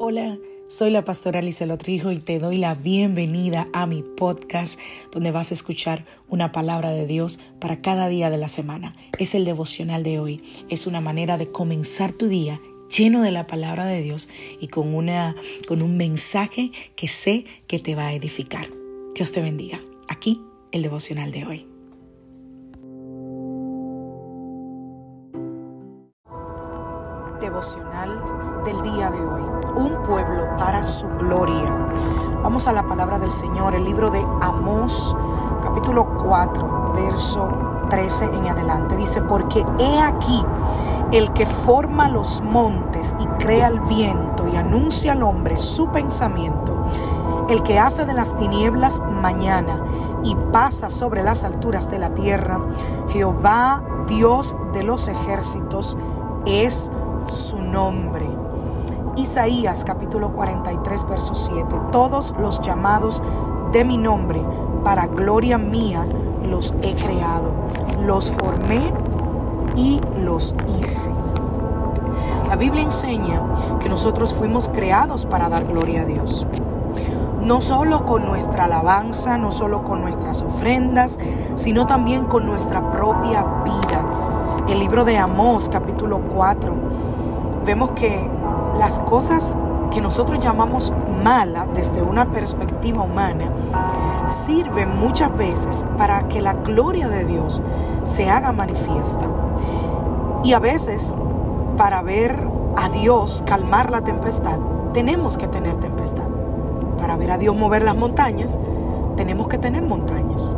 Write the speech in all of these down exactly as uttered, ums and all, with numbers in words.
Hola, soy la pastora Lizelot Rijo y te doy la bienvenida a mi podcast donde vas a escuchar una palabra de Dios para cada día de la semana. Es el devocional de hoy. Es una manera de comenzar tu día lleno de la palabra de Dios y con, una, con un mensaje que sé que te va a edificar. Dios te bendiga. Aquí el devocional de hoy. Devocional del día de hoy. Un pueblo para su gloria. Vamos a la palabra del Señor, el libro de Amós, capítulo cuatro, verso trece en adelante. Dice, porque he aquí el que forma los montes y crea el viento y anuncia al hombre su pensamiento, el que hace de las tinieblas mañana y pasa sobre las alturas de la tierra, Jehová, Dios de los ejércitos, es su nombre. Isaías capítulo cuarenta y tres verso siete. Todos los llamados de mi nombre, para gloria mía, los he creado, los formé y los hice. La Biblia enseña que nosotros fuimos creados para dar gloria a Dios. No solo con nuestra alabanza, no solo con nuestras ofrendas, sino también con nuestra propia vida. El libro de Amós capítulo cuatro, vemos que las cosas que nosotros llamamos malas desde una perspectiva humana sirven muchas veces para que la gloria de Dios se haga manifiesta. Y a veces, para ver a Dios calmar la tempestad, tenemos que tener tempestad. Para ver a Dios mover las montañas, tenemos que tener montañas.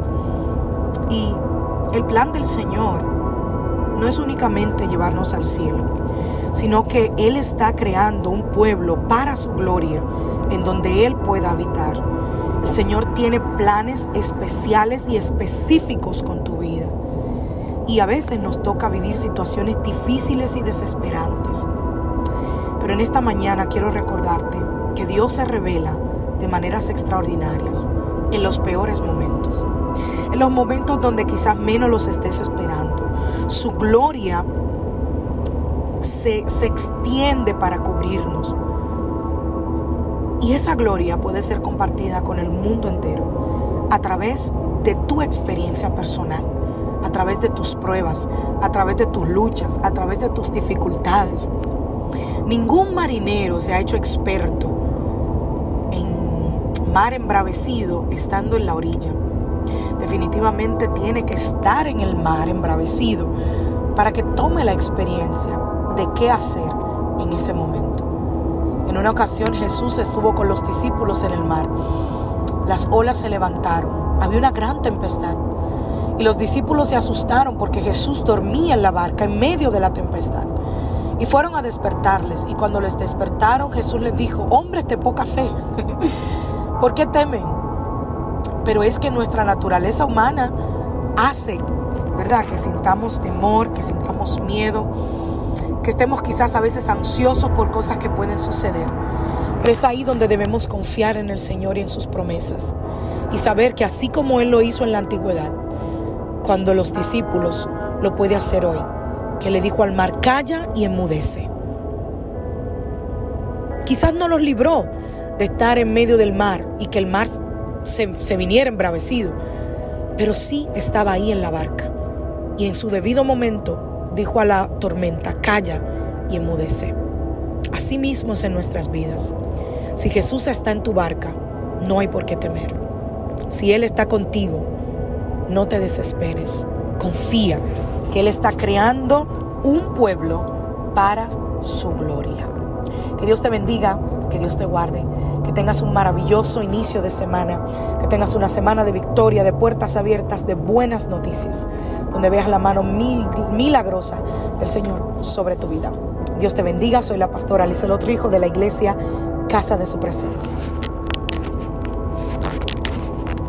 Y el plan del Señor no es únicamente llevarnos al cielo, sino que Él está creando un pueblo para su gloria, en donde Él pueda habitar. El Señor tiene planes especiales y específicos con tu vida. Y a veces nos toca vivir situaciones difíciles y desesperantes. Pero en esta mañana quiero recordarte que Dios se revela de maneras extraordinarias en los peores momentos. En los momentos donde quizás menos los estés esperando. Su gloria Se, se extiende para cubrirnos. Y esa gloria puede ser compartida con el mundo entero a través de tu experiencia personal, a través de tus pruebas, a través de tus luchas, a través de tus dificultades. Ningún marinero se ha hecho experto en mar embravecido estando en la orilla. Definitivamente tiene que estar en el mar embravecido para que tome la experiencia de qué hacer en ese momento. En una ocasión Jesús estuvo con los discípulos en el mar. Las olas se levantaron, había una gran tempestad y los discípulos se asustaron porque Jesús dormía en la barca en medio de la tempestad y fueron a despertarles, y cuando les despertaron Jesús les dijo, hombres de poca fe, ¿por qué temen? Pero es que nuestra naturaleza humana hace, ¿verdad?, que sintamos temor, que sintamos miedo, que estemos quizás a veces ansiosos por cosas que pueden suceder. Pero es ahí donde debemos confiar en el Señor y en sus promesas y saber que así como Él lo hizo en la antigüedad, cuando los discípulos lo puede hacer hoy, que le dijo al mar, calla y enmudece. Quizás no los libró de estar en medio del mar y que el mar se, se viniera embravecido, pero sí estaba ahí en la barca y en su debido momento dijo a la tormenta, calla y enmudece. Así mismo es en nuestras vidas. Si Jesús está en tu barca, no hay por qué temer. Si Él está contigo, no te desesperes. Confía que Él está creando un pueblo para su gloria. Que Dios te bendiga, que Dios te guarde, que tengas un maravilloso inicio de semana, que tengas una semana de victoria, de puertas abiertas, de buenas noticias, donde veas la mano milagrosa del Señor sobre tu vida. Dios te bendiga, soy la pastora Lizelot Rijo de la iglesia Casa de Su Presencia.